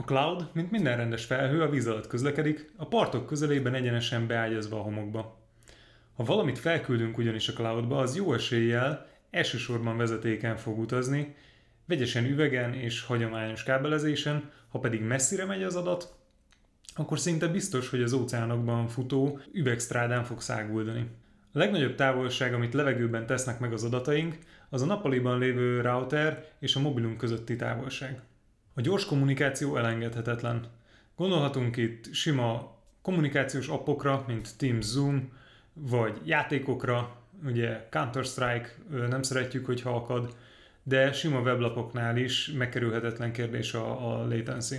cloud, mint minden rendes felhő, a víz alatt közlekedik, a partok közelében egyenesen beágyazva a homokba. Ha valamit felküldünk ugyanis a cloudba, az jó eséllyel elsősorban vezetéken fog utazni, vegyesen üvegen és hagyományos kábelezésen, ha pedig messzire megy az adat, akkor szinte biztos, hogy az óceánokban futó üvegstrádán fog száguldani. A legnagyobb távolság, amit levegőben tesznek meg az adataink, az a nappaliban lévő router és a mobilunk közötti távolság. A gyors kommunikáció elengedhetetlen. Gondolhatunk itt sima kommunikációs appokra, mint Teams, Zoom, vagy játékokra, ugye Counter-Strike, nem szeretjük, hogyha akad, de sima weblapoknál is megkerülhetetlen kérdés a latency.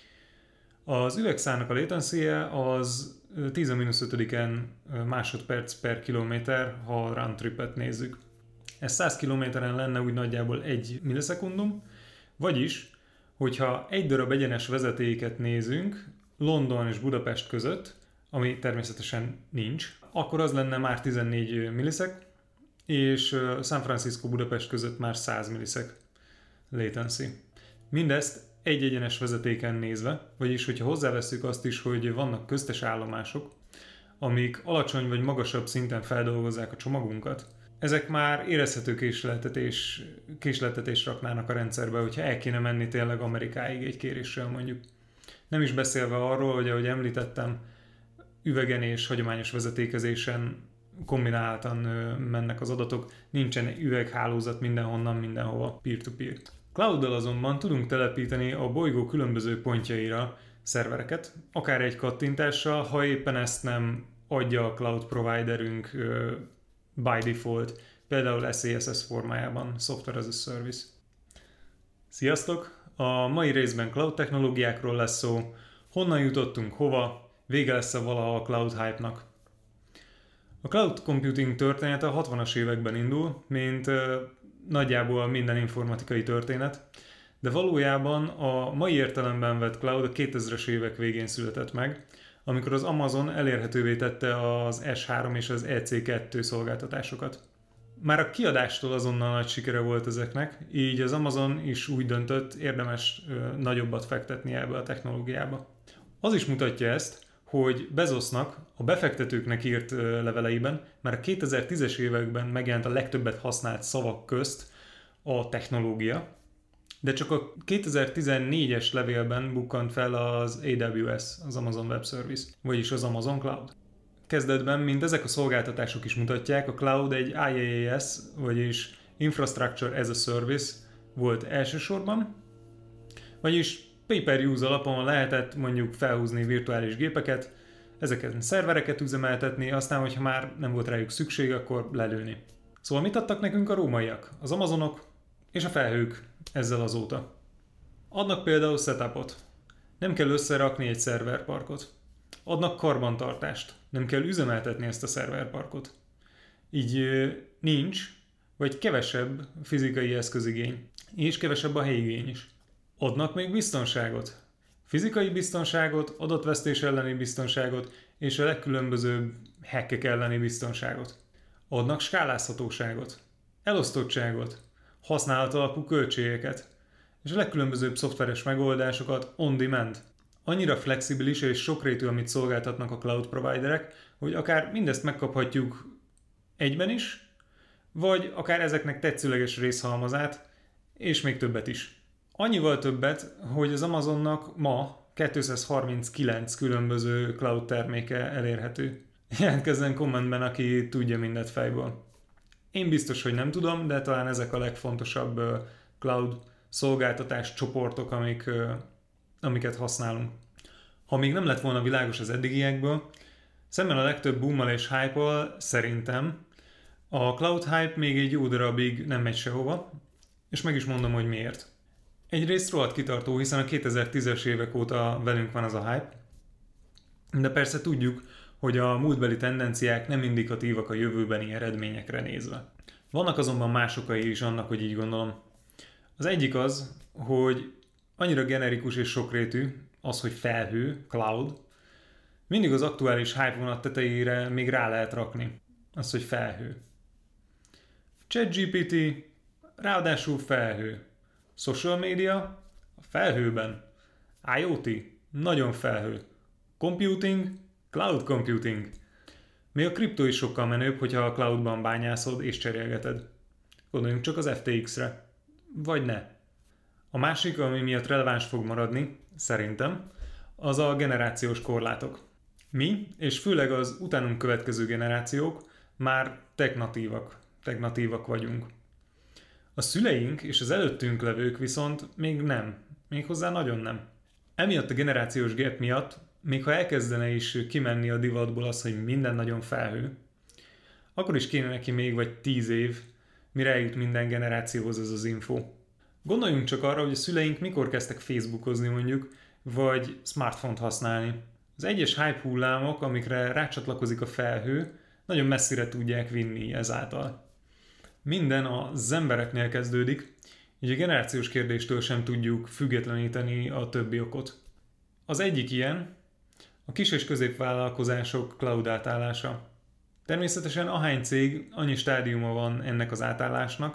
Az üvegszálnak a latency-je az 10⁻⁵ másodperc per kilométer, ha round tripet nézzük. Ez 100 kilométeren lenne úgy nagyjából 1 millisekundum, vagyis, hogyha egy darab egyenes vezetéket nézünk London és Budapest között, ami természetesen nincs, akkor az lenne már 14 millisekund, és San Francisco Budapest között már 100 millisekund latency. Mindezt egy egyenes vezetéken nézve, vagyis hogyha hozzávesszük azt is, hogy vannak köztes állomások, amik alacsony vagy magasabb szinten feldolgozzák a csomagunkat, ezek már érezhető késleltetést raknának a rendszerbe, hogyha el kéne menni tényleg Amerikáig egy kéréssel mondjuk. Nem is beszélve arról, hogy ahogy említettem, üvegen és hagyományos vezetékezésen kombináltan mennek az adatok, nincsen üveghálózat mindenhonnan, mindenhova, peer-to-peer. Clouddal azonban tudunk telepíteni a bolygó különböző pontjaira szervereket, akár egy kattintással, ha éppen ezt nem adja a cloud providerünk by default, például SASS formájában, Software as a Service. Sziasztok! A mai részben cloud technológiákról lesz szó, honnan jutottunk hova, vége lesz valaha a cloud hype-nak. A cloud computing története a 60-as években indul, mint nagyjából minden informatikai történet, de valójában a mai értelemben vett cloud a 2000-es évek végén született meg, amikor az Amazon elérhetővé tette az S3 és az EC2 szolgáltatásokat. Már a kiadástól azonnal nagy sikere volt ezeknek, így az Amazon is úgy döntött, érdemes nagyobbat fektetni ebbe a technológiába. Az is mutatja ezt, hogy Bezosnak a befektetőknek írt leveleiben már a 2010-es években megjelent a legtöbbet használt szavak közt a technológia, de csak a 2014-es levélben bukkant fel az AWS, az Amazon Web Service, vagyis az Amazon Cloud. Kezdetben, mint ezek a szolgáltatások is mutatják, a cloud egy IaaS, vagyis Infrastructure as a Service volt elsősorban, vagyis pay-per-use alapon lehetett mondjuk felhúzni virtuális gépeket, ezeket szervereket üzemeltetni, aztán, hogyha már nem volt rájuk szükség, akkor lelőni. Szóval mit adtak nekünk a rómaiak, az Amazonok és a felhők ezzel azóta? Adnak például setupot. Nem kell összerakni egy szerverparkot. Adnak karbantartást. Nem kell üzemeltetni ezt a szerverparkot. Így nincs, vagy kevesebb fizikai eszközigény, és kevesebb a helyigény is. Adnak még biztonságot. Fizikai biztonságot, adatvesztés elleni biztonságot, és a legkülönbözőbb hackek elleni biztonságot. Adnak skálázhatóságot, elosztottságot, használat alapú költségeket, és a legkülönbözőbb szoftveres megoldásokat on demand. Annyira flexibilis és sokrétű, amit szolgáltatnak a cloud providerek, hogy akár mindezt megkaphatjuk egyben is, vagy akár ezeknek tetszőleges részhalmazát, és még többet is. Annyival többet, hogy az Amazonnak ma 239 különböző cloud terméke elérhető. Jelentkezzen kommentben, aki tudja mindet fejből. Én biztos, hogy nem tudom, de talán ezek a legfontosabb cloud szolgáltatás csoportok, amiket használunk. Ha még nem lett volna világos az eddigiekből, szemben a legtöbb boommal és hype-val szerintem a cloud hype még egy jó darabig nem megy sehova, és meg is mondom, hogy miért. Egyrészt rohadt kitartó, hiszen a 2010-es évek óta velünk van az a hype, de persze tudjuk, hogy a múltbeli tendenciák nem indikatívak a jövőbeni eredményekre nézve. Vannak azonban más okai is annak, hogy így gondolom. Az egyik az, hogy annyira generikus és sokrétű az, hogy felhő, cloud, mindig az aktuális hype vonat tetejére még rá lehet rakni. Az, hogy felhő. ChatGPT, ráadásul felhő. Social media a felhőben. IoT, nagyon felhő. Computing, cloud computing. Még a kriptó is sokkal menőbb, hogyha a cloudban bányászod és cserélgeted. Gondoljunk csak az FTX-re. Vagy ne. A másik, ami miatt releváns fog maradni, szerintem, az a generációs korlátok. Mi, és főleg az utánunk következő generációk már technatívak vagyunk. A szüleink és az előttünk levők viszont még nem. Méghozzá nagyon nem. Emiatt a generációs gap miatt, még ha elkezdene is kimenni a divatból az, hogy minden nagyon felhő, akkor is kéne neki még vagy 10 év, mire eljut minden generációhoz ez az info. Gondoljunk csak arra, hogy a szüleink mikor kezdtek Facebookozni mondjuk, vagy smartphone-t használni. Az egyes hype hullámok, amikre rácsatlakozik a felhő, nagyon messzire tudják vinni ezáltal. Minden az embereknél kezdődik, így a generációs kérdéstől sem tudjuk függetleníteni a többi okot. Az egyik ilyen a kis- és középvállalkozások cloud átállása. Természetesen ahány cég, annyi stádiuma van ennek az átállásnak,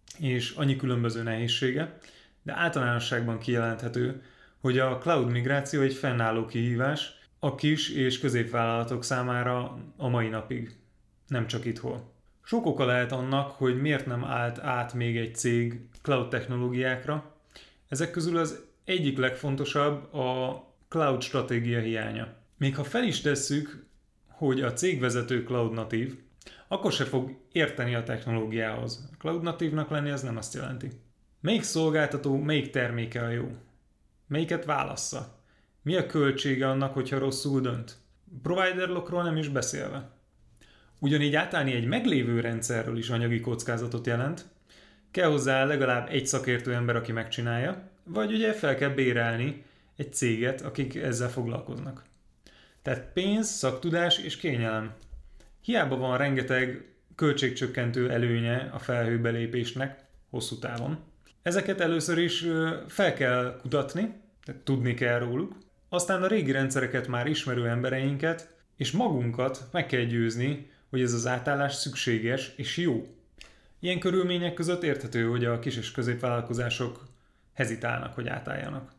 és annyi különböző nehézsége, de általánosságban kijelenthető, hogy a cloud migráció egy fennálló kihívás a kis- és középvállalatok számára a mai napig, nem csak itthon. Sok oka lehet annak, hogy miért nem állt át még egy cég cloud technológiákra. Ezek közül az egyik legfontosabb a cloud stratégia hiánya. Még ha fel is tesszük, hogy a cégvezető cloud natív, akkor se fog érteni a technológiához. A cloud natívnak lenni az nem azt jelenti. Melyik szolgáltató, melyik terméke a jó? Melyiket válassza? Mi a költsége annak, hogyha rosszul dönt? Provider lockról nem is beszélve. Ugyanígy átállni egy meglévő rendszerről is anyagi kockázatot jelent, kell hozzá legalább egy szakértő ember, aki megcsinálja, vagy ugye fel kell bérelni egy céget, akik ezzel foglalkoznak. Tehát pénz, szaktudás és kényelem. Hiába van rengeteg költségcsökkentő előnye a felhőbe lépésnek hosszú távon. Ezeket először is fel kell kutatni, tehát tudni kell róluk, aztán a régi rendszereket már ismerő embereinket és magunkat meg kell győzni, hogy ez az átállás szükséges és jó. Ilyen körülmények között érthető, hogy a kis- és középvállalkozások hezitálnak, hogy átálljanak.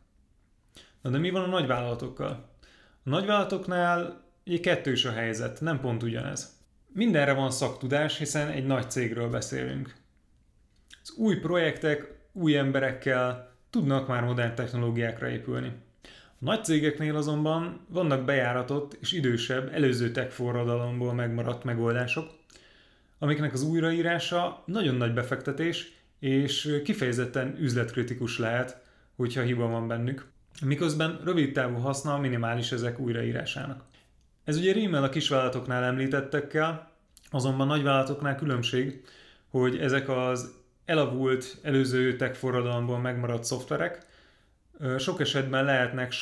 Na de mi van a nagyvállalatokkal? A nagyvállalatoknál ugye kettős a helyzet, nem pont ugyanez. Mindenre van szaktudás, hiszen egy nagy cégről beszélünk. Az új projektek, új emberekkel tudnak már modern technológiákra épülni. A nagy cégeknél azonban vannak bejáratott és idősebb, előző tech forradalomból megmaradt megoldások, amiknek az újraírása nagyon nagy befektetés, és kifejezetten üzletkritikus lehet, hogyha hiba van bennük, miközben rövid távú haszna minimális ezek újraírásának. Ez ugye rímel a kisvállalatoknál említettekkel, azonban nagyvállalatoknál különbség, hogy ezek az elavult, előző tech forradalomból megmaradt szoftverek sok esetben lehetnek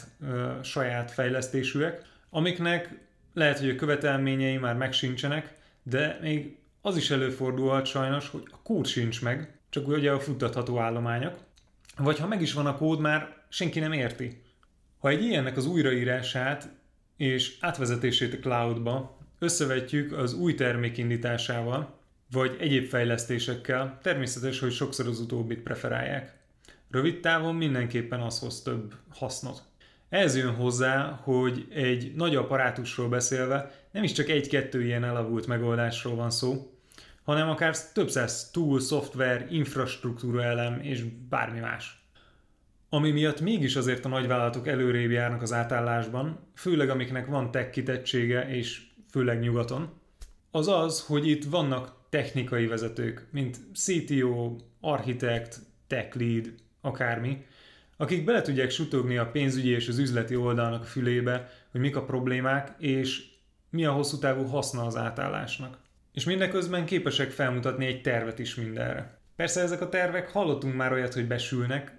saját fejlesztésűek, amiknek lehet, hogy a követelményei már megsincsenek, de még az is előfordulhat sajnos, hogy a kód sincs meg, csak ugye a futtatható állományok, vagy ha meg is van a kód, már senki nem érti. Ha egy ilyennek az újraírását és átvezetését a cloudba összevetjük az új termék indításával, vagy egyéb fejlesztésekkel, természetes, hogy sokszor az utóbbit preferálják. Rövid távon mindenképpen az hoz több hasznot. Ez jön hozzá, hogy egy nagy apparátusról beszélve nem is csak egy-kettő ilyen elavult megoldásról van szó, hanem akár több száz tool, szoftver, infrastruktúra elem és bármi más. Ami miatt mégis azért a nagyvállalatok előrébb járnak az átállásban, főleg amiknek van tech kitettsége és főleg nyugaton, az az, hogy itt vannak technikai vezetők, mint CTO, architekt, tech lead, akármi, akik bele tudják sutogni a pénzügyi és az üzleti oldalnak a fülébe, hogy mik a problémák, és mi a hosszú távú haszna az átállásnak. És mindeközben képesek felmutatni egy tervet is mindenre. Persze ezek a tervek, hallottunk már olyat, hogy besülnek,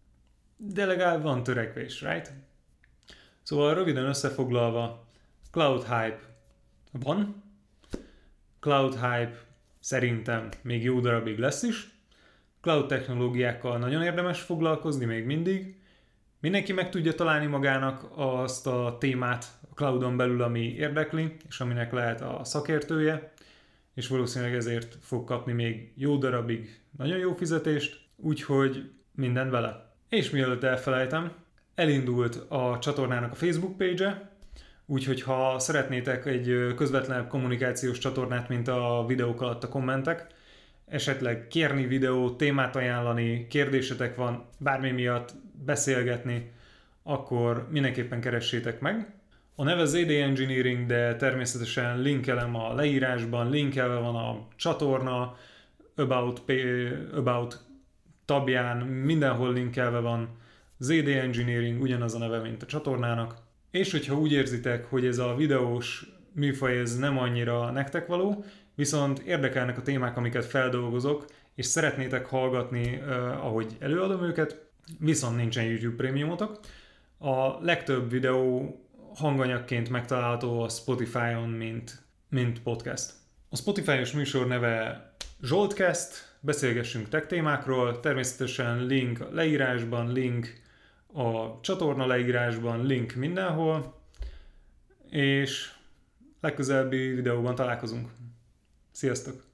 de legalább van törekvés, right? Szóval röviden összefoglalva, cloud hype van, cloud hype szerintem még jó darabig lesz is, cloud technológiákkal nagyon érdemes foglalkozni még mindig. Mindenki meg tudja találni magának azt a témát a cloudon belül, ami érdekli, és aminek lehet a szakértője, és valószínűleg ezért fog kapni még jó darabig nagyon jó fizetést, úgyhogy minden vele. És mielőtt elfelejtem, Elindult a csatornának a Facebook page-e, úgyhogy ha szeretnétek egy közvetlenebb kommunikációs csatornát, mint a videók alatt a kommentek, esetleg kérni videót, témát ajánlani, kérdésetek van, bármi miatt beszélgetni, akkor mindenképpen keressétek meg. A neve ZD Engineering, de természetesen linkelem a leírásban, linkelve van a csatorna, About tabján, mindenhol linkelve van. ZD Engineering ugyanaz a neve, mint a csatornának. És hogyha úgy érzitek, hogy ez a videós műfaj ez nem annyira nektek való, viszont érdekelnek a témák, amiket feldolgozok, és szeretnétek hallgatni, ahogy előadom őket, viszont nincsen YouTube prémiumotok. A legtöbb videó hanganyagként megtalálható a Spotify-on, mint podcast. A Spotify-os műsor neve Zsoltcast, beszélgessünk tech témákról, természetesen link a leírásban, link a csatorna leírásban, link mindenhol, és legközelebbi videóban találkozunk. Sziasztok!